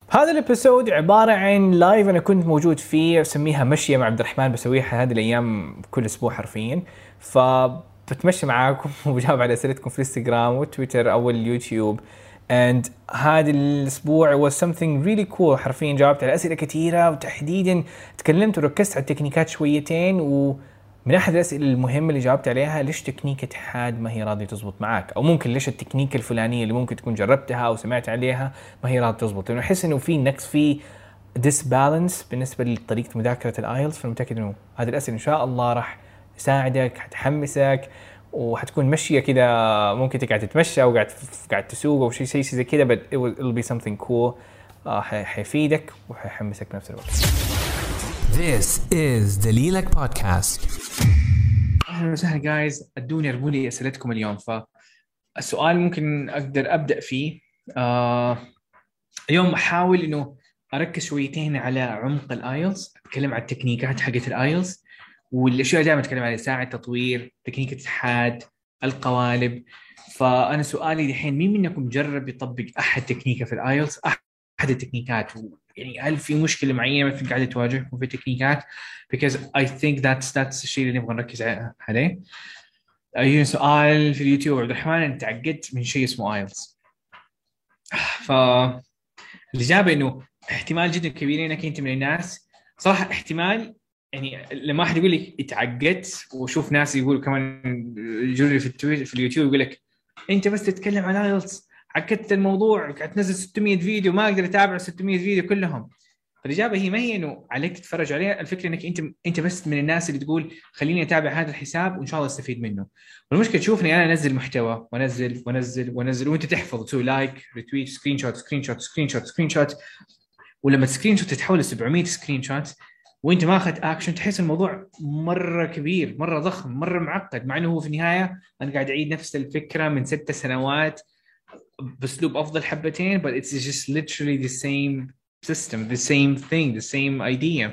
هذا الابيسود عبارة عن لايف أنا كنت موجود فيه، أسميها مشية مع عبد الرحمن، بسويها هذه الأيام كل أسبوع حرفيا. فبتمشي معاكم وبجاوب على أسئلتكم في الانستغرام والتويتر أو اليوتيوب. and هذا الأسبوع was something really cool. حرفيا جاوبت على أسئلة كثيرة، وتحديدا تكلمت وركزت على التكنيكات شويتين. من احد الاسئله المهمه اللي جاوبت عليها، ليش تكنيكه حاد ما هي راضيه تزبط معك، او ممكن ليش التكنيكه الفلانيه اللي ممكن تكون جربتها او سمعت عليها ما هي راضيه تزبط، لانه احس انه في نقص، في بالانس بالنسبه لطريقه مذاكره الايلتس. فمتاكد انه هذه الاسئله ان شاء الله راح تساعدك، حتحمسك، وحتكون مشيه كده. ممكن تقعد تتمشى او قاعد تسوق او شيء زي كده، but it'll be something cool. حيفيدك وحيحمسك بنفس الوقت. This is دليلك بودكاست. اهلا وسهلا جايز، ارموا لي اسئلتكم اليوم. فالسؤال ممكن اقدر ابدا فيه. اليوم احاول انه اركز شويتين على عمق الايلز، اتكلم عن التكنيكات حقت الايلز والاشياء دائما اتكلم عليها، ساعه تطوير، تكنيك الحاد، القوالب. فانا سؤالي دحين، مين منكم جرب يطبق احد تكنيكه في الايلز، احد التكنيكات؟ يعني هل في مشكله معينه مثلا قاعده تواجهكم في التكنيكات؟ because I think that's الشيء اللي نبغى نركز عليه. أي سؤال في اليوتيوب: عبد الرحمن انت تعقدت من شيء اسمه ايلز. فالاجابه انه احتمال جدا كبير انك انت من الناس، صراحه احتمال. يعني لما واحد يقول لي اتعقدت، وشوف ناس يقولوا كمان، جوري في التويتر في اليوتيوب يقول لك انت بس تتكلم عن ايلتس، عقدت الموضوع، قاعد تنزل 600 فيديو ما اقدر اتابع 600 فيديو كلهم. فالاجابه هي ما هي انه عليك تتفرج عليها، الفكره انك انت بس من الناس اللي تقول خليني اتابع هذا الحساب وان شاء الله استفيد منه. والمشكله تشوفني انا انزل محتوى وانزل وانزل وانزل، وانت تحفظ، تسوي لايك، ريتويت، سكرين شوت سكرين شوت سكرين شوت سكرين شوت، ولما سكرين شوت تتحول ل 700 سكرين شوت وانت ما اخذت اكشن، تحس الموضوع مره كبير، مره ضخم، مره معقد، مع انه هو في النهايه انا قاعد اعيد نفس الفكره من 6 سنوات باسلوب افضل حبتين، but it's just literally the same system, the same thing, the same idea.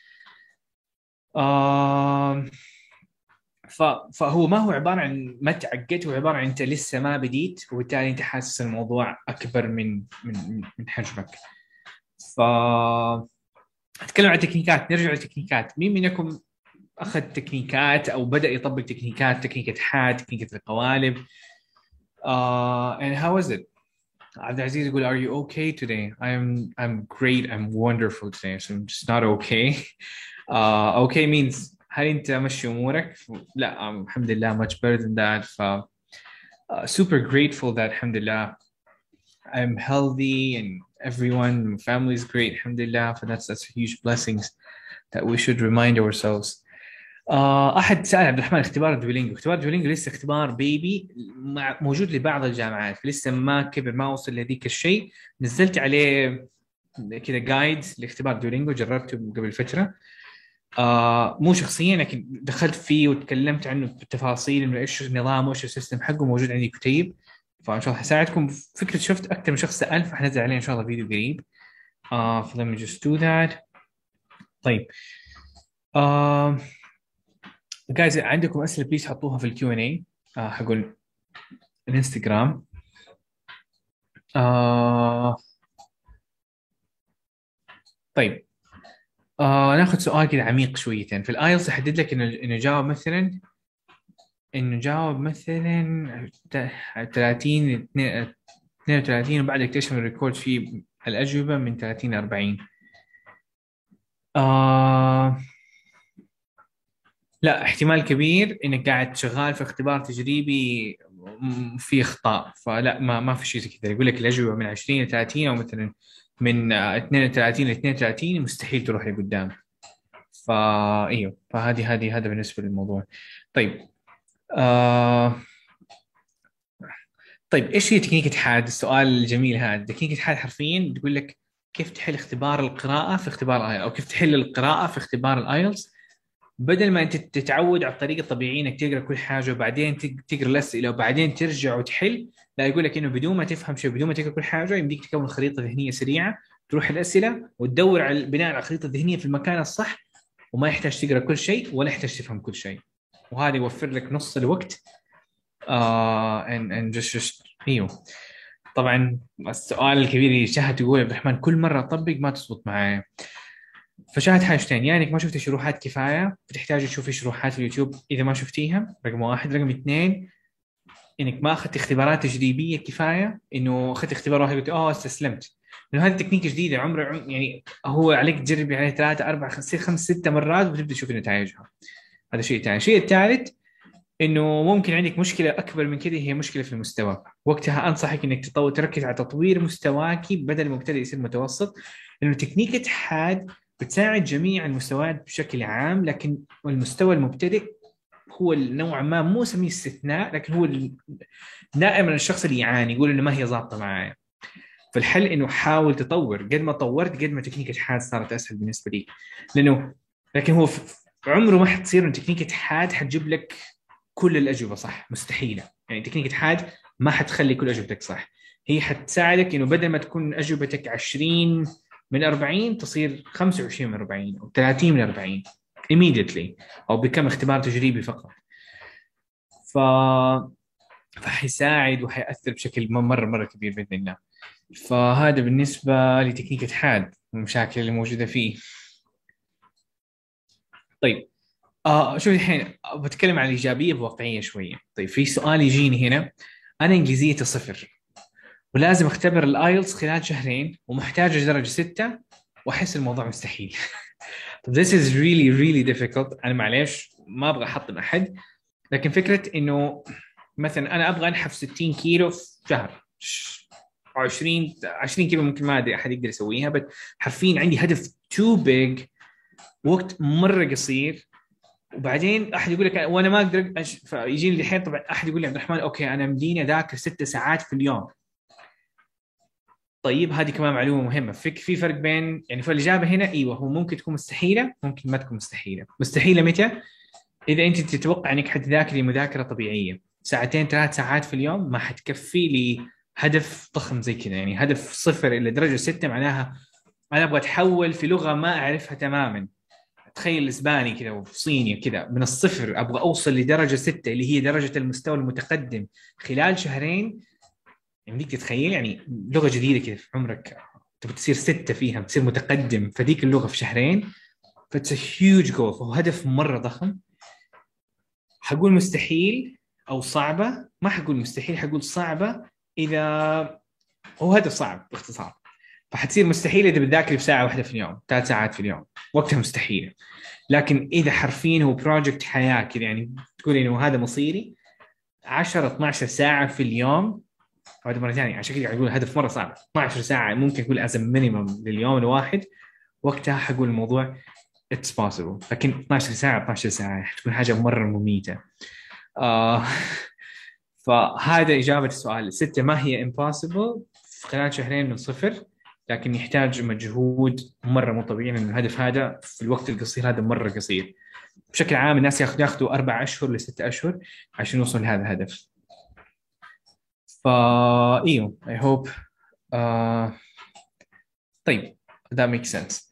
آه فهو ما هو عباره عن ما تعقدت، هو عباره عن انت لسه ما بديت، وبالتالي انت حاسس الموضوع اكبر من حجمك. ف اتكلم عن التكنيكات، نرجع للتكنيكات. مين منكم اخذ تكنيكات او بدا يطبق تكنيكات، تكنيكه حاد، تكنيكه القوالب؟ And how was it? عبد العزيز يقول are you okay today? I'm great, I'm wonderful today, so I'm just not okay. Okay means هل انت ماشي امورك؟ لا، الحمد لله much better than that. Super grateful that الحمد لله I'm healthy and everyone, family is great الحمد لله. That's huge blessings that we should remind ourselves. احد سال عبد الرحمن اختبار دويلينجو. اختبار دويلينجو لسه اختبار بيبي، موجود لبعض الجامعات، لسه ما كبر، ما وصل لذيك الشيء. نزلت عليه كذا جايد لاختبار دويلينجو، جربته قبل فتره. مو شخصيا، لكن دخلت فيه وتكلمت عنه بالتفاصيل، انه ايش النظام وايش السيستم حقه، موجود عندي كتيب. فان شاء الله حساعدكم. فكره شفت اكثر من شخص سال، فحنزل عليه ان شاء الله فيديو قريب. let me just do that. طيب. آه جايز عندكم اسئله بليز حطوها في الكيو ان اي حقول الانستغرام. آه طيب. ناخذ سؤال كذا عميق شويتين. في الايلتس احدد لك انه جاوب مثلا، 30 32، وبعد اكتشف الريكورد فيه الاجوبه من 30 ل 40. لا، احتمال كبير انك قاعد شغال في اختبار تجريبي في اخطاء. فلا، ما في شيء زي كذا. يقول لك الاجوبه من 20 ل 30، او مثلا من 32 ل 32، مستحيل تروح لقدام. ايوه، فهذه هذا بالنسبه للموضوع. طيب. آه طيب، ايش هي تكنيكة حاد؟ السؤال الجميل هذا. تكنيكة حاد حرفيا تقول لك كيف تحل اختبار القراءة في اختبار الايلتس، او كيف تحل القراءة في اختبار الايلتس، بدل ما انت تتعود على الطريقه الطبيعيه انك تقرا كل حاجه وبعدين تقرا الاسئله وبعدين ترجع وتحل. لا، يقول لك انه بدون ما تفهم شيء، بدون ما تقرا كل حاجه، يمديك تكون خريطه ذهنيه سريعه، تروح الاسئله وتدور على بناء على الخريطه الذهنيه في المكان الصح، وما يحتاج تقرا كل شيء ولا يحتاج تفهم كل شيء. وهذا يوفر لك نص الوقت. and just ايوه. طبعا السؤال الكبير اللي شاهد تقول عبد الرحمن كل مره اطبق ما تزبط معايا. فشاهد حاجتين، يعني انك ما شفت شروحات كفايه فتحتاج تشوفي شروحات في اليوتيوب اذا ما شفتيها، رقم واحد. رقم اثنين، انك ما اخذت اختبارات تجريبيه كفايه، انه اخذت اختبار واحد قلت استسلمت. لانه هذه تكنيك جديده يعني هو عليك تجربي عليه 3 4 5 6 مرات وتبدا تشوفي نتائجها. هذا شيء ثاني. الشيء الثالث انه ممكن عندك مشكله اكبر من كذا، هي مشكله في المستوى. وقتها انصحك انك تركز على تطوير مستواك بدل مبتدئ يصير متوسط، لانه تكنيك اتحاد بتساعد جميع المستويات بشكل عام، لكن المستوى المبتدئ هو نوعا ما مو سميه استثناء، لكن هو دائما الشخص اللي يعاني يقول انه ما هي ظابطه معايا. فالحل انه حاول تطور، قد ما طورت قد ما تكنيك اتحاد صارت اسهل بالنسبه لي. لكن هو عمره ما حتصير انه تكنيك اتحاد حتجيب لك كل الاجوبه صح، مستحيله. يعني تكنيك اتحاد ما حتخلي كل اجوبتك صح، هي حتساعدك انه بدل ما تكون اجوبتك 20 من 40 تصير 25 من 40 او 30 من 40 immediately، او بكم اختبار تجريبي فقط. ف فحيساعد وحيأثر بشكل مرة كبير بإذن الله. فهذا بالنسبة لتكنيك اتحاد والمشاكل اللي موجودة فيه. طيب شوف الحين بتكلم عن الإيجابية بواقعية شوية. طيب في سؤال يجيني هنا، أنا إنجليزيتي 0 ولازم أختبر الآيلتس خلال شهرين ومحتاج درجة 6 وأحس الموضوع مستحيل. طيب this is really difficult. أنا معليش ما أبغى أحطم أحد، لكن فكرة إنه مثلا أنا أبغى أنحف 60 كيلو في شهر، 20 كيلو ممكن ما أدري أحد يقدر يسويها، بس حرفيا عندي هدف too big، وقت مرة قصير. وبعدين احد يقول لك وانا ما اقدر فيجيني الحين طبعا احد يقول لي عبد الرحمن اوكي انا مديني اذاكر 6 ساعات في اليوم. طيب هذه كمان معلومه مهمه، في فرق بين يعني، فالاجابه هنا ايوه هو ممكن تكون مستحيله، ممكن ما تكون مستحيله. مستحيله متى؟ اذا انت تتوقع انك حتذاكري مذاكره طبيعيه 2 3 ساعات في اليوم، ما حتكفي لي هدف ضخم زي كذا. يعني هدف 0 الى درجه 6 معناها انا ابغى اتحول في لغه ما اعرفها تماما، تخيل اسباني كذا وصيني كذا من الصفر، ابغى اوصل لدرجه 6 اللي هي درجه المستوى المتقدم خلال شهرين. يعني بدك تتخيل يعني لغه جديده كذا في عمرك تبغى تصير 6 فيها، تصير متقدم فديك اللغه في شهرين. فاتس هيوج جول، هو هدف مره ضخم. حقول مستحيل او صعبه، ما حقول مستحيل، حقول صعبه. اذا هو هدف صعب باختصار، فحتصير مستحيل اذا بتذاكري بساعه واحده في اليوم 3 ساعات في اليوم، وقتها مستحيله. لكن اذا حرفيا هو بروجكت حياه كذا، يعني تقولي انه هذا مصيري 10 12 ساعه في اليوم، هذا مره ثانيه عشان كذا اقول هدف مره صعب. 12 ساعه ممكن اقول از مينيمم لليوم الواحد، وقتها حقول الموضوع اتس بوسيبل. لكن 12 ساعه 12 ساعه حتكون حاجه مره مميته. آه فهذا اجابه السؤال. 6 ما هي امبوسيبل في خلال شهرين من 0، لكن يحتاج مجهود مرة مو طبيعي، لأن الهدف هذا في الوقت القصير هذا مرة قصير. بشكل عام الناس ياخذوا 4 أشهر ل6 أشهر عشان يوصل لهذا الهدف. ايوه I hope طيب that makes sense.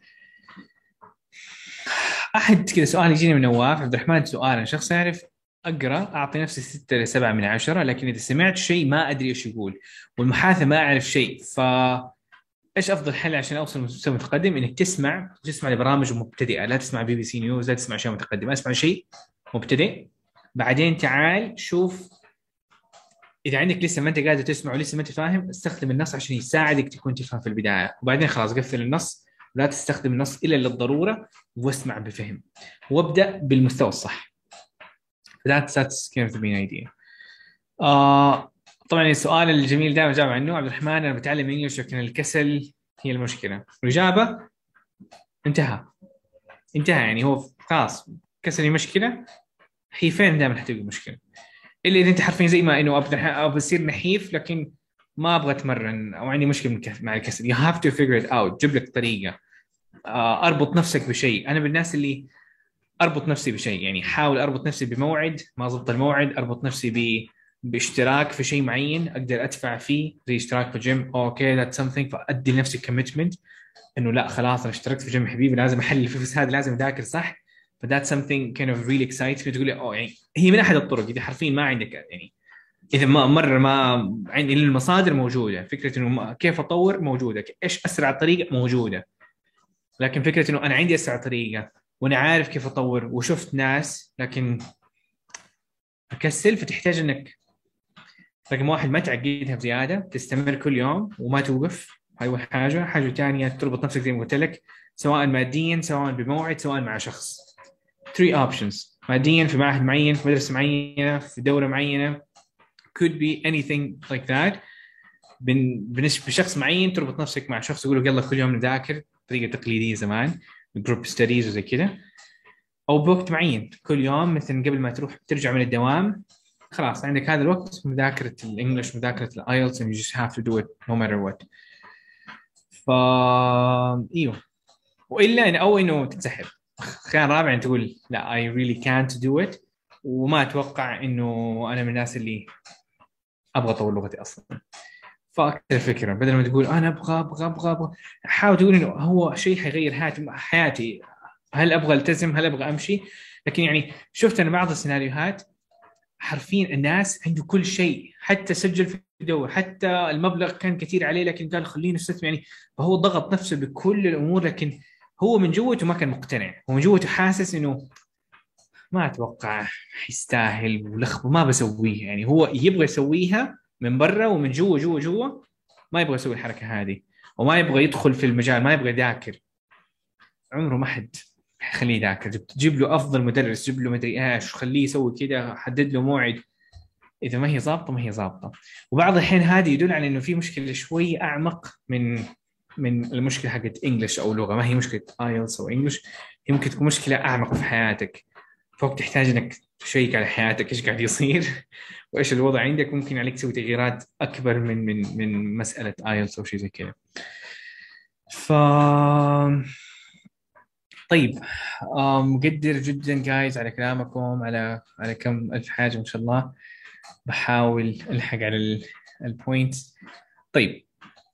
أحد كذا سؤال يجيني من نواف عبد الرحمن، سؤال أنا شخص يعرف أقرأ أعطي نفسي 6 ل 7 من 10، لكن إذا سمعت شيء ما أدري إيش يقول، والمحادثة ما أعرف شيء، ايش افضل حل عشان اوصل لمستوى متقدم؟ انك تسمع لبرامج مبتدئه، لا تسمع BBC نيوز، لا تسمع اشياء متقدمه، اسمع شيء مبتدئ. بعدين تعال شوف اذا عندك لسه ما انت قادر تسمع ولسه ما انت فاهم، استخدم النص عشان يساعدك تكون تفهم في البدايه، وبعدين خلاص قفل النص ولا تستخدم النص الا للضروره، واسمع بفهم وابدا بالمستوى الصح. that's kind of the main idea. طبعا السؤال الجميل دائما جاوب عنه عبد الرحمن، انا بتعلم انجلش لكن الكسل هي المشكله. الاجابه انتهى يعني هو خلاص كسل مشكله، هي فين دائما حتبقى مشكله، الا اذا انت حرفيا زي ما انه ابغى بصير نحيف لكن ما ابغى اتمرن او عندي مشكله مع الكسل. you have to figure it out. جيب لك طريقه. اربط نفسك بشيء. انا بالناس اللي اربط نفسي بشيء، يعني حاول اربط نفسي بموعد، ما ضبط الموعد اربط نفسي باشتراك في شيء معين اقدر ادفع فيه، زي اشتراك في جيم. اوكي ذات سمثينج، فادي لنفسي كوميتمنت انه لا خلاص انا اشتركت في جيم حبيبي، لازم احل الفلوس هذه، لازم اذاكر صح. فذات سمثينج كاين اوف ريلي اكسايت. تقول لي يعني هي من احد الطرق اذا حرفيا ما عندك يعني اذا ما مره ما عندي المصادر موجوده، فكره انه كيف اطور موجوده، ايش اسرع طريقه موجوده. لكن فكره انه انا عندي اسرع طريقه وانا عارف كيف اطور وشفت ناس، لكن اكسل، فتحتاج انك رقم واحد ما تعقدها بزياده، تستمر كل يوم وما توقف. هاي أول حاجه. حاجه ثانيه تربط نفسك زي ما قلت لك، سواء ماديا، سواء بموعد، سواء مع شخص. 3 options: ماديا في معهد معين، في مدرسه معينه، في دوله معينه، could be anything like that. بشخص معين تربط نفسك مع شخص يقول لك يلا كل يوم نذاكر بطريقه تقليديه زمان، جروب ستديز وزي كذا. او بوقت معين كل يوم، مثلا قبل ما تروح ترجع من الدوام، خلاص عندك هذا الوقت مذاكره الانجليش، مذاكره الايلتس، and you just have to do it no matter what. ايوه. والا او انه تنسحب. خيار رابع، انت تقول لا I really can't do it، وما اتوقع انه انا من الناس اللي ابغى اطور لغتي اصلا. فاكثر الفكره، بدل ما تقول انا ابغى، حاول تقول انه هو شيء حيغير حياتي. هل ابغى التزم؟ هل ابغى امشي؟ لكن يعني شفت انا بعض السيناريوهات حرفيا الناس عنده كل شيء، حتى سجل في الدور، حتى المبلغ كان كثير عليه لكن قال خليني استثمر يعني. فهو ضغط نفسه بكل الامور، لكن هو من جوته ما كان مقتنع، ومن جوته حاسس انه ما اتوقع يستاهل ولخبط، ما بسويه. يعني هو يبغى يسويها من برا، ومن جوا ما يبغى يسوي الحركه هذه، وما يبغى يدخل في المجال، ما يبغى يذاكر. عمره ما حد خليه يذاكر. تجيب له افضل مدرس، جيب له مدري ايش، خليه يسوي كذا، حدد له موعد، اذا ما هي ظابطه ما هي ظابطه. وبعض الحين هذه يدل على انه في مشكله شوي اعمق من المشكله حقت انجلش او لغه. ما هي مشكله ايلتس او انجلش، هي ممكن تكون مشكله اعمق في حياتك، فوق تحتاج انك تشيك على حياتك ايش قاعد يصير وايش الوضع عندك. ممكن عليك تسوي تغييرات اكبر من مساله ايلتس او شيء زي كذا. ف طيب، مقدر جدا جايز على كلامكم، على كم الف حاجه ما شاء الله. بحاول الحق على البوينت. طيب،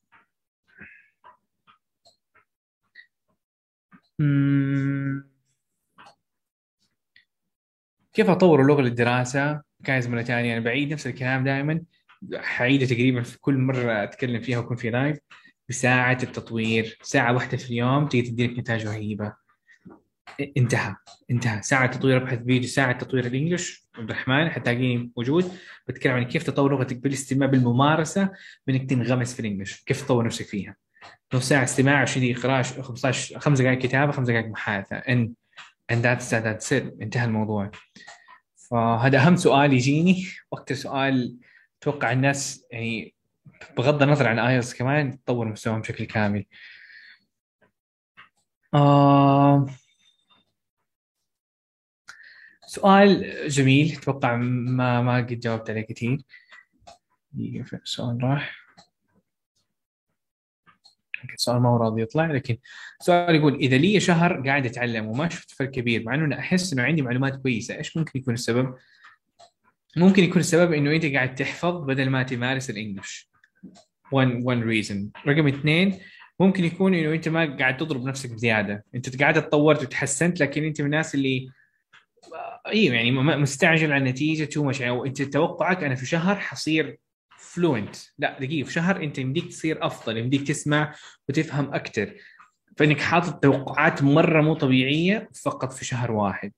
كيف اطور اللغه للدراسه؟ جايز مره ثانيه انا بعيد نفس الكلام دائما، حعيده تقريبا في كل مره اتكلم فيها ويكون في لايف. بساعه التطوير، ساعه واحده في اليوم تيجي تديك نتائج رهيبه. انتهى. ساعة تطوير ابحث فيديو، ساعة تطوير الانجليش عبد الرحمن حتلاقيني موجود بتكلم عن كيف تطور لغتك بالاستماع، بالممارسة، بانك تنغمس في الانجليش، كيف تطور نفسك فيها. نص ساعة استماع، 20 دقيقة قراءة، 15 5 دقائق كتابة، 5 دقائق محادثة، and that's it. انتهى الموضوع. فهذا أهم سؤال يجيني، وأكثر سؤال أتوقع الناس يعني بغض النظر عن ايلتس كمان تطور مستواهم بشكل كامل. سؤال جميل، اتوقع ما قد جاوبت عليه كثير. دقيقة، السؤال راح. السؤال ما هو راضي يطلع، لكن سؤال يقول اذا لي شهر قاعد اتعلم وما شفت فرق كبير، مع انه أنا احس انه عندي معلومات كويسه، ايش ممكن يكون السبب؟ ممكن يكون السبب انه انت قاعد تحفظ بدل ما تمارس الانجليش. one reason. رقم اثنين، ممكن يكون انه انت ما قاعد تضرب نفسك بزياده، انت قاعد تطورت وتحسنت، لكن انت من الناس اللي ايوه يعني مستعجل على النتيجه تو مش، او انت توقعك انا في شهر حصير فلوينت. لا دقيقه، في شهر انت يمديك تصير افضل، يمديك تسمع وتفهم اكثر. فانك حاطط توقعات مره مو طبيعيه فقط في شهر واحد.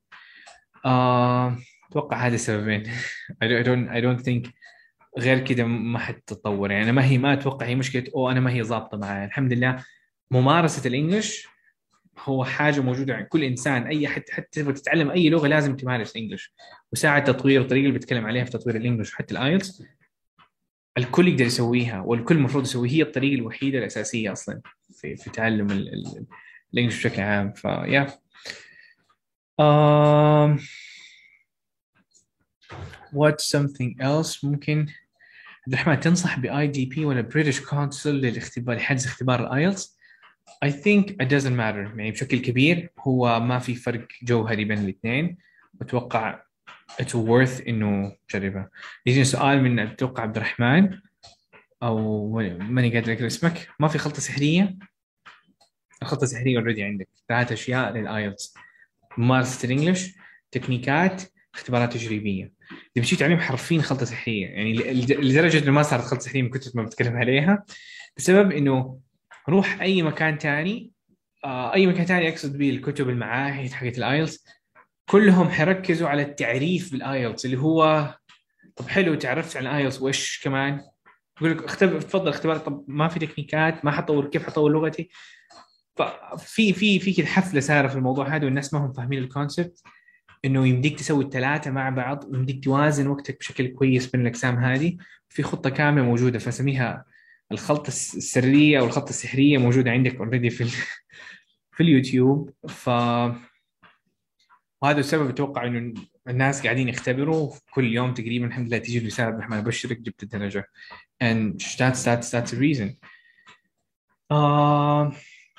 اتوقع هذا السببين. I don't think غير كده ما حتتطور. يعني ما اتوقع هي مشكله انا ما هي ضابطه معي. الحمد لله ممارسه الانجليش هو حاجه موجوده عند كل انسان. اي حتى تبغى تتعلم اي لغه لازم تمارس انجلش. وساعه تطوير الطريقه اللي بتكلم عليها في تطوير الانجلش وحتى الايلتس الكل يقدر يسويها، والكل المفروض يسويها. هي الطريقه الوحيده الاساسيه اصلا في تعلم الانجلش بشكل عام. فيا what's something else ممكن عبد الرحمن تنصح باي دي بي ولا بريتش كونسل للاختبار، لحجز اختبار الايلتس؟ I think it doesn't matter. يعني بشكل كبير هو ما في فرق جوهري بين الاثنين. أتوقع it's worth إنه تجربه. يجيني سؤال من أتوقع عبد الرحمن، أو ماني قادر أقرأ اسمك. ما في خلطة سحرية؟ الخلطة السحرية already عندك 3 أشياء للآيلتس: ممارسة الإنجليش، تكنيكات، اختبارات تجريبية. اللي بتشوف تعليم حرفيا خلطه سحريه، يعني لدرجه انه ما صارت خلطه سحريه من كثر ما بتكلم عليها، بسبب انه روح اي مكان تاني، اي مكان تاني اقصد به الكتب المعاهد حقت الايلتس، كلهم حيركزوا على التعريف بالايلتس، اللي هو طب حلو تعرفت على الايلتس وايش كمان؟ يقول لك تفضل اختبار، طب ما في تكنيكات، ما حطور كيف حطور لغتي؟ ففي كذا حفله صايره في الموضوع هذا، والناس ما هم فاهمين الكونسبت، انه يمديك تسوي الثلاثه مع بعض، ويمديك توازن وقتك بشكل كويس بين الاقسام هذه. في خطه كامله موجوده، فسميها الخلطه السريه او الخطه السحريه، موجوده عندك اوريدي في اليوتيوب. وهذا السبب اتوقع انه الناس قاعدين يختبروا كل يوم تقريبا، الحمد لله تيجي رساله عبد الرحمن ابشرك جبت الدرجه. and that's the reason. آه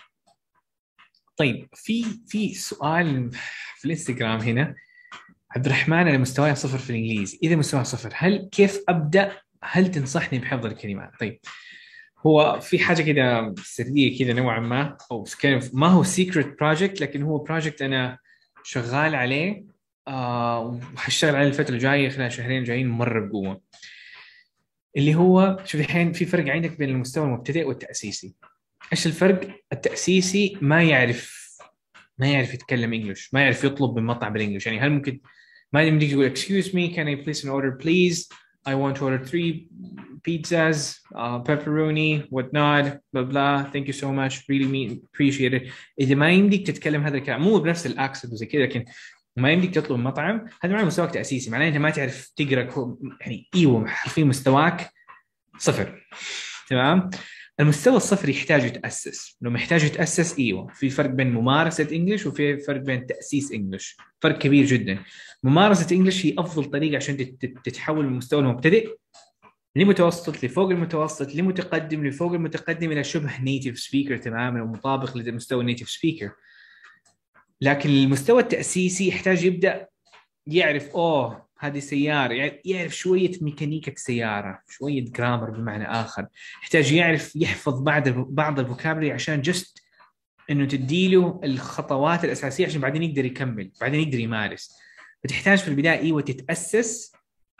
طيب في سؤال في الانستغرام هنا، عبد الرحمن انا مستواي صفر في الانجليزي، اذا مستواي صفر كيف ابدا؟ هل تنصحني بحفظ الكلمات؟ طيب هو في حاجه كده سريه كده نوعا ما، او ما هو سيكريت بروجكت، لكن هو بروجكت انا شغال عليه، وحشتغل عليه الفتره الجايه خلال شهرين جايين مره بقوه. اللي هو شوف الحين في فرق عندك بين المستوى المبتدئ والتاسيسي. ايش الفرق؟ التاسيسي ما يعرف يتكلم انجلش، ما يعرف يطلب من مطعم بالانجلش. يعني هل ممكن ما يمديك تقول excuse me can I place an order please, I want to order 3 pizzas, pepperoni whatnot blah blah thank you so much really appreciate it. اذا ما يمديك تتكلم هذا الكلام، مو بنفس الاكسنت وزي كذا، لكن ما يمديك تطلب من مطعم، هذا معناه مستواك تاسيسي، معناه انت ما تعرف تقرا، يعني ايوه حرفيا مستواك صفر. تمام. المستوى الصفر يحتاج يتأسس، لو محتاج يتأسس ايوه في فرق بين ممارسة انجلش وفي فرق بين تأسيس انجلش، فرق كبير جدا. ممارسة انجلش هي افضل طريقة عشان تتحول من المستوى المبتدئ لمتوسط، لفوق المتوسط، لمتقدم، لفوق المتقدم، الى شبه نيتيف سبيكر تماما ومطابق لمستوى النيتيف سبيكر. لكن المستوى التأسيسي يحتاج يبدأ يعرف هذه سيارة، يعني يعرف شوية ميكانيكا السيارة، شوية جرامر بمعنى آخر، يحتاج يعرف يحفظ بعض الفوكابري عشان جست إنه تديله الخطوات الأساسية عشان بعدين يقدر يكمل، بعدين يقدر يمارس. فتحتاج في البداية ايوه تتأسس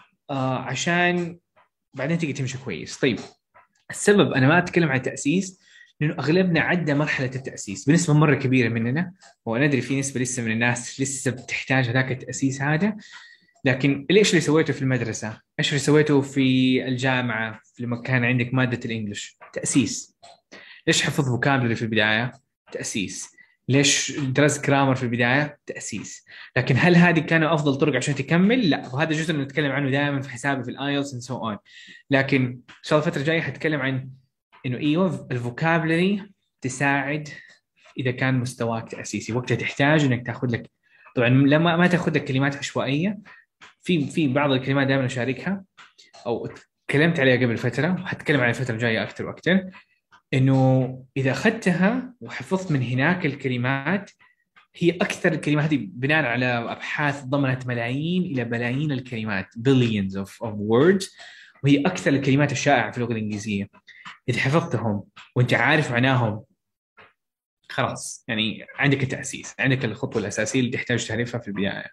عشان بعدين تيجي تمشي كويس. طيب السبب أنا ما أتكلم عن التأسيس لأنه أغلبنا عدى مرحلة التأسيس بنسبة مرة كبيرة مننا، وأنا أدري في نسبة لسه من الناس لسه بتحتاج هذاك التأسيس هذا. لكن ليش اللي سويته في المدرسة؟ إيش اللي سويته في الجامعة لما كان عندك مادة الإنجليش؟ تأسيس. ليش حفظ فوكابلري في البداية؟ تأسيس. ليش درست جرامر في البداية؟ تأسيس. لكن هل هذه كانوا أفضل طرق عشان تكمل؟ لا، وهذا جزء اللي نتكلم عنه دائما في حسابي في الآيلتس and so on. لكن إن شاء الله الفترة الجاية حتكلم عن إنه إيوه الفوكابلري تساعد إذا كان مستواك تأسيسي، وقتها تحتاج إنك تأخذ لك، طبعا لما ما تأخذ لك كلمات عشوائية، في بعض الكلمات دائما اشاركها او تكلمت عليها قبل فتره وحتكلم على الفتره الجايه اكثر واكثر، انه اذا اخذتها وحفظت من هناك الكلمات، هي اكثر الكلمات هذه بناء على ابحاث ضمنت ملايين الى بلايين الكلمات billions of words، وهي اكثر الكلمات الشائعه في اللغه الانجليزيه. اذا حفظتهم وانت عارف معناهم خلاص، يعني عندك التاسيس، عندك الخطوه الاساسيه اللي تحتاج تعرفها في البدايه.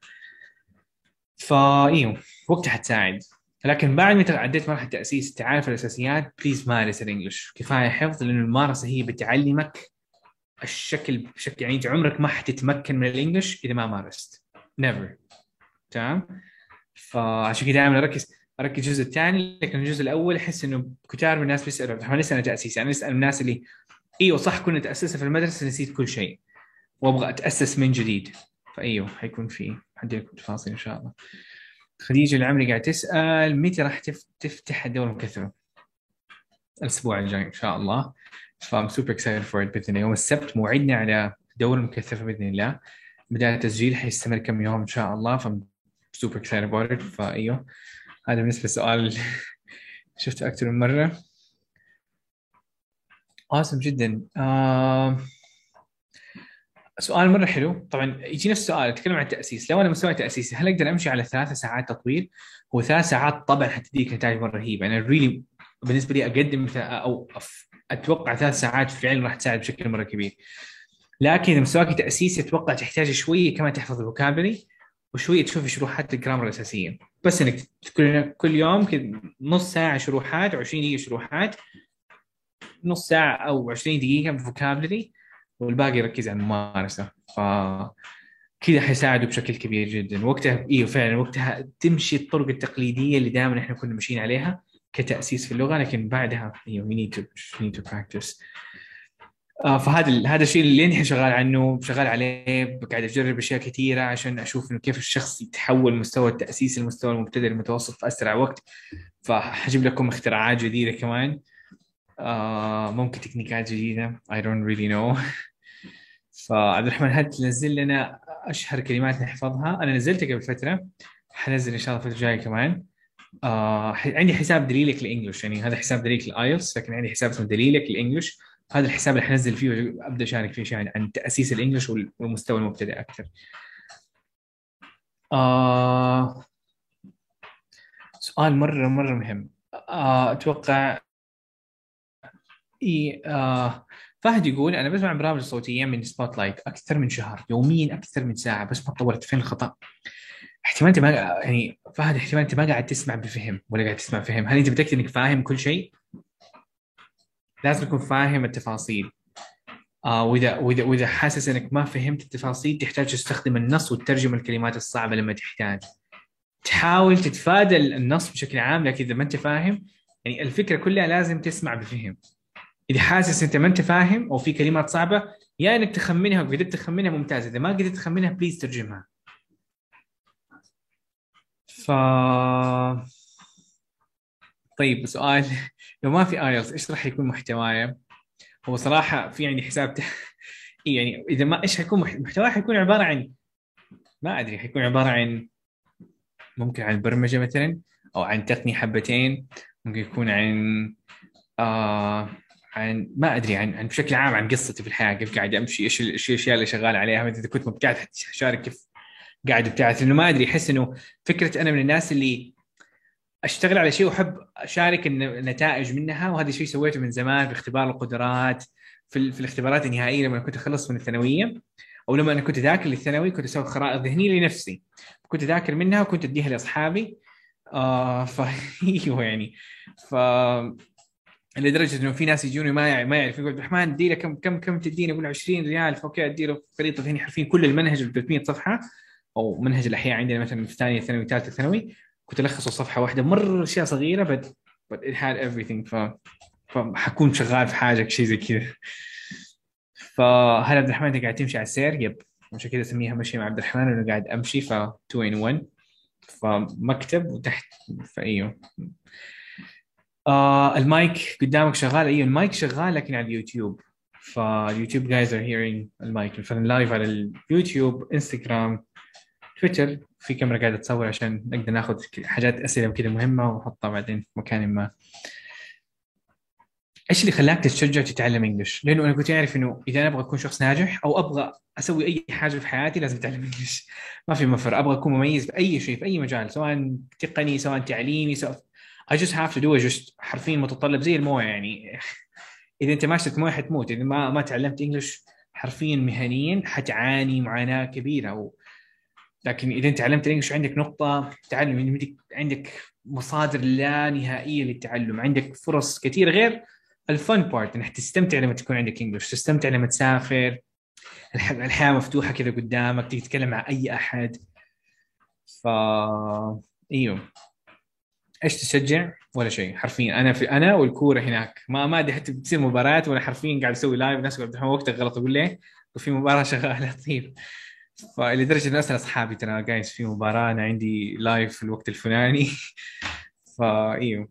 فايوه وقتها حتساعد. لكن بعد ما عديت مرحله التاسيس تعرف الاساسيات، بليز مارس الانجليش، كفايه حفظ، لانه الممارسه هي بتعلمك الشكل بشكل، يعني انت عمرك ما حتتمكن من الانجليش اذا ما مارست، نيفر. تمام. فعشان كده دائما اركز الجزء الثاني، لكن الجزء الاول احس انه كثار من الناس بيسالوا احنا لسه تاسيس، يعني نسال الناس اللي ايوه صح كنا تاسسنا في المدرسه نسيت كل شيء وابغى اتاسس من جديد، فايوه حيكون في حديكم تفاصيل ان شاء الله. خديجة العمري قاعد تسأل متى راح تفتح الدورة المكثفة؟ الأسبوع الجاي إن شاء الله. فأم سوبر اكسايتد فور إت بإذن الله. يوم السبت موعدنا على دورة مكثفة بإذن الله، بداية التسجيل حيستمر كم يوم إن شاء الله، فأم سوبر اكسايتد فور إت. فأيوه هذا بالنسبة للسؤال شفته أكثر من مرة. awesome جدا. سؤال مرة حلو. طبعا يجي نفس السؤال، أتكلم عن التأسيس. لو أنا مستوى تأسيسي هل أقدر أمشي على 3 ساعات تطوير؟ هو 3 ساعات طبعا حتديك نتائج مرة رهيبة. أنا ريلي بالنسبة لي أقدم أتوقع 3 ساعات فعلا راح تساعد بشكل مرة كبير. لكن إذا مستواك تأسيسي أتوقع تحتاج شوية كمان تحفظ الفوكابلري وشويه تشوفي شروحات الجرامر الاساسيه، بس انك كل يوم كذا نص ساعه شروحات و20 دقيقه شروحات، نص ساعه او 20 دقيقه فوكابلري، والباقي ركز على الممارسه. كذا حيساعده بشكل كبير جدا. وقتها فعلا وقتها تمشي الطرق التقليديه اللي دائما احنا كنا ماشيين عليها كتاسيس في اللغه، لكن بعدها we need to practice. هذا الشيء اللي احنا شغال عنه، شغال عليه، قاعد اجرب اشياء كثيره عشان اشوف انه كيف الشخص يتحول مستوى التاسيس المستوى المبتدئ المتوسط في اسرع وقت. فحجيب لكم اختراعات جديده كمان، ممكن تكنيكات جديده I don't really know. فعبد الرحمن، هل تنزل لنا اشهر كلمات نحفظها؟ انا نزلتها قبل فتره، حنزل ان شاء الله الفتره الجايه كمان. عندي حساب دليلك للانجلش، يعني هذا حساب دليلك للايلتس، لكن عندي حساب اسمه دليلك للانجلش. هذا الحساب اللي حنزل فيه وابدا اشارك فيه شيء عن تاسيس الانجلش والمستوى المبتدئ اكثر. سؤال مره مره مهم. اتوقع فهد يقول انا بسمع برامج صوتيه من سبوت لايت اكثر من شهر يوميا، اكثر من ساعه، بس ما طورت. فين الخطا؟ احتمال انت ما، يعني فهد، احتمال انت ما قاعد تسمع بفهم ولا قاعد تسمع فهم. هل انت متاكد انك فاهم كل شيء؟ لازم تكون فاهم التفاصيل. واذا حاسس انك ما فهمت التفاصيل، تحتاج تستخدم النص وتترجم الكلمات الصعبه لما تحتاج. تحاول تتفادى النص بشكل عام، لكن اذا ما انت فاهم، يعني الفكره كلها لازم تسمع بفهم. اذا حاسس انت ما انت فاهم او في كلمات صعبه، يا انك تخمنها، وقدرت تخمنها ممتاز، اذا ما قدرت تخمنها بليز ترجمها. ف طيب سؤال، لو ما في ايلتس ايش راح يكون محتوايا؟ هو صراحه في عندي حساب يعني اذا ما ايش حيكون محتواه، حيكون عباره عن، ما ادري، حيكون عباره عن، ممكن عن البرمجه مثلا، او عن تقنيه حبتين، ممكن يكون عن عن ما ادري، عن بشكل عام عن قصتي في الحياه، كيف قاعد امشي، ايش الاشياء اللي شغال عليها. اذا كنت مبتعث حشارك كيف قاعد ابتعث، لانه ما ادري، احس انه فكره انا من الناس اللي اشتغل على شيء واحب اشارك النتائج منها، وهذا الشيء سويته من زمان في اختبار القدرات، في الاختبارات النهائيه لما كنت اخلص من الثانويه، او لما انا كنت ذاكر للثانوي كنت اسوي خرائط ذهنيه لنفسي، كنت ذاكر منها وكنت اديها لاصحابي. ايوه يعني، ف لدرجه انه في ناس يجوني ما يعرف، يقول عبد الرحمن ادي له كم تديني؟ اقول 20 ريال، فاوكي ادي له خريطه ذهنيه حرفيا كل المنهج ال 300 صفحه، او منهج الاحياء عندنا مثلا في ثانيه ثانوي ثالثه ثانوي، كنت الخصه صفحه واحده، مره اشياء صغيره but it had everything. فحكون شغال في حاجه شيء زي كذا. فهل عبد الرحمن انت قاعد تمشي على السير؟ يب، عشان كذا اسميها مشي مع عبد الرحمن، انه قاعد امشي، ف 2 in 1. فمكتب وتحت، فايوه. المايك قدامك شغال؟ ايوه المايك شغال، لكن على اليوتيوب. فاليوتيوب guys are hearing المايك. فلايف على اليوتيوب، انستغرام، تويتر، في كاميرا قاعده تصور عشان نقدر ناخذ حاجات اسئله كذا مهمه ونحطها بعدين في مكان ما. ايش اللي خلاك تتشجع تتعلم انجلش؟ لانه انا كنت اعرف انه اذا انا ابغى اكون شخص ناجح او ابغى اسوي اي حاجه في حياتي لازم اتعلم انجلش. ما في مفر. ابغى اكون مميز في اي شيء، في اي مجال، سواء تقني سواء تعليمي، سواء I just have to do it. just حرفيا متطلب زي المويه يعني. اذا انت ما شفت مويه حتموت. اذا ما تعلمت انجلش حرفيا مهنيا حتعاني معاناه كبيره. لكن اذا انت تعلمت الانجليش عندك نقطه تعلم، عندك مصادر لا نهائيه للتعلم، عندك فرص كثيره غير الفن بارت، انك تستمتع لما تكون عندك انجليش، تستمتع لما تسافر، الحياه مفتوحه كذا قدامك، تيجي تتكلم مع اي احد. ف ايوه، ايش تشجع؟ ولا شيء حرفيا. انا والكوره هناك، ما ادري حتى بتصير مباراه وانا حرفيا قاعد اسوي لايف، ناس عبد الرحمن وقتك غلط، اقول ليه وفي مباراه شغاله. طيب، فلدرجه انه اسال اصحابي ترى جايز في مباراه، انا عندي لايف في الوقت الفلاني. فايوه.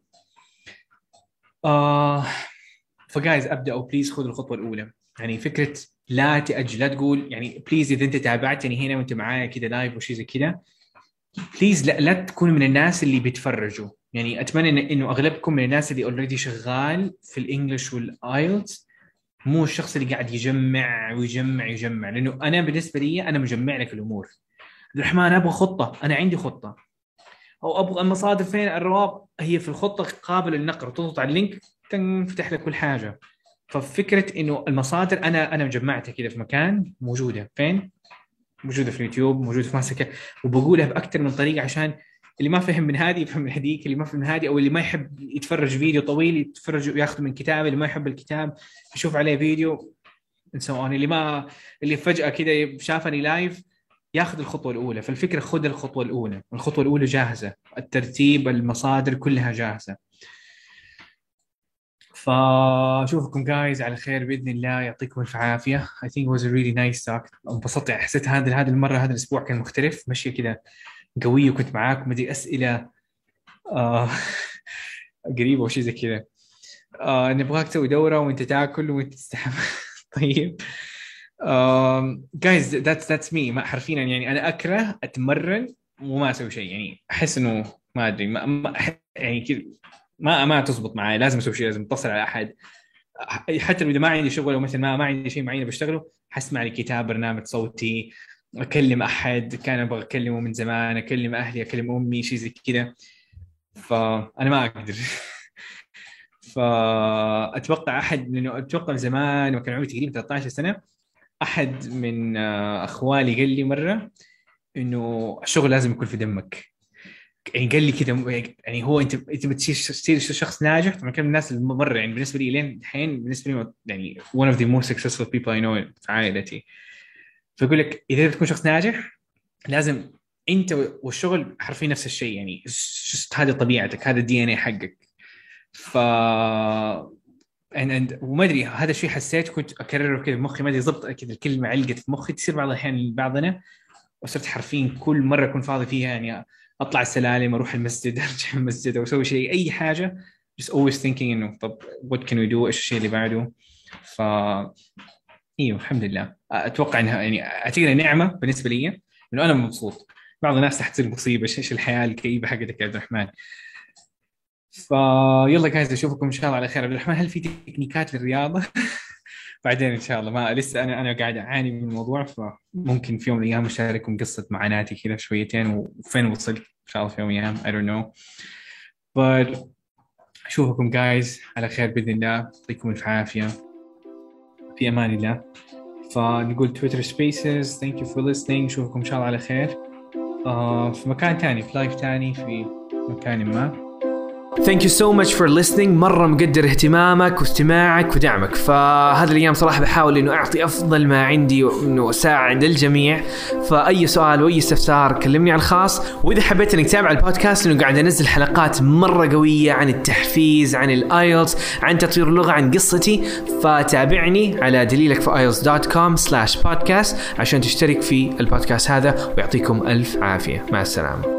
آه فجايز ابدا، او بليز خذ الخطوه الاولى. يعني فكره لا تاجل، لا تقول يعني بليز اذا انت تابعتني هنا وانت معايا كذا لايف وشي زي كذا، بليز لا تكون من الناس اللي بيتفرجوا. يعني اتمنى انه اغلبكم من الناس اللي اوريدي شغال في الانجليش والايلتس، مو الشخص اللي قاعد يجمع ويجمع يجمع. لانه انا بالنسبه لي انا مجمع لك الامور. عبد الرحمن ابغى خطه، انا عندي خطه، او ابغى المصادر فين، الروابط هي في الخطه قابله للنقر، تضغط على اللينك تنفتح لك كل حاجه. ففكره انه المصادر انا مجمعتها كذا في مكان موجوده فين، موجودة في اليوتيوب، موجودة في ماسكة، وبقولها بأكثر من طريقة عشان اللي ما فهم من هذه يفهم من هذيك، اللي ما فهم من هذه، أو اللي ما يحب يتفرج فيديو طويل يتفرج وياخذ من كتاب، اللي ما يحب الكتاب يشوف عليه فيديو سواء، اللي فجأة كده شافني لايف ياخذ الخطوة الأولى. فالفكرة خذ الخطوة الأولى، الخطوة الأولى جاهزة، الترتيب، المصادر كلها جاهزة. فاشوفكم جايز على خير باذن الله، يعطيكم الف عافيه. I think it was a really nice talk. انبسطت يعني، حسيت هذه المره هذا الاسبوع كان مختلف، ماشيه كذا قويه، وكنت معاكم بدي اسئله قريبه وشيء زي كذا. نبغاك تسوي دوره وانت تاكل وانت تستحمى. طيب جايز that's me. ما حرفيا يعني انا اكره اتمرن وما اسوي شيء، يعني احس انه ما ادري ما يعني كذا ما تزبط معي، لازم اسوي شيء، لازم اتصل على احد، حتى لو اذا ما عندي شغل او مثلا ما عندي شيء معين بشتغله، حسمع لي كتاب، برنامج صوتي، اكلم احد كان ابغى اكلمه من زمان، اكلم اهلي، اكلم امي، شيء زي كذا. فانا ما اقدر. فاتوقع احد، لانه اتوقع من زمان وكان عمري تقريبا 13 سنه، احد من اخوالي قال لي مره انه الشغل لازم يكون في دمك. يعني قال لي كذا، يعني هو انت بتصير شخص ناجح. طبعا كان الناس المره يعني بالنسبه لي لين الحين بالنسبه لي يعني one of the most successful people I know في عائلتي. فيقول لك اذا تكون شخص ناجح لازم انت والشغل حرفيا نفس الشيء، يعني هذه طبيعتك، هذا الدي ان اي حقك. ف وما ادري هذا الشيء حسيت كنت اكرره كذا في مخي، ما ادري ضبط كذا الكلمه علقت في مخي. تصير بعض الاحيان لبعضنا، وصرت حرفيا كل مره اكون فاضي فيها يعني اطلع السلالم، اروح المسجد، ارجع المسجد، او اسوي شيء، اي حاجه، just always thinking انه طب what can we do، ايش الشيء اللي بعده. ف ايوه الحمد لله. اتوقع انها يعني اعتبرها نعمه بالنسبه لي، انه انا مبسوط. بعض الناس تحت مصيبه، ايش الحياه الكئيبه حقتك يا عبد الرحمن. فيلا جايز اشوفكم ان شاء الله على خير. عبد الرحمن هل في تكنيكات للرياضه؟ بعدين ان شاء الله. ما لسه انا قاعد اعاني من الموضوع، فممكن في يوم من الايام اشارككم قصه معاناتي كذا شويتين وفين وصلت ان شاء الله في يوم من الايام. I don't know but اشوفكم جايز على خير باذن الله. يعطيكم الف عافيه، في امان الله. فنقول تويتر سبيسز ثانك يو فور listening. اشوفكم ان شاء الله على خير في مكان ثاني، في لايف ثاني، في مكان ما. Thank you so much for listening. مرة مقدر اهتمامك واستماعك ودعمك. فهذه الأيام صراحة بحاول إنه أعطي أفضل ما عندي وإنه أساعد الجميع. فأي سؤال وأي استفسار كلمني على الخاص. وإذا حبيت إنك تتابع البودكاست لأنه قاعد أنزل حلقات مرة قوية عن التحفيز، عن الآيلتس، عن تطوير اللغة، عن قصتي، فتابعني على دليلكفorielts.com/podcast عشان تشترك في البودكاست هذا. ويعطيكم ألف عافية. مع السلامة.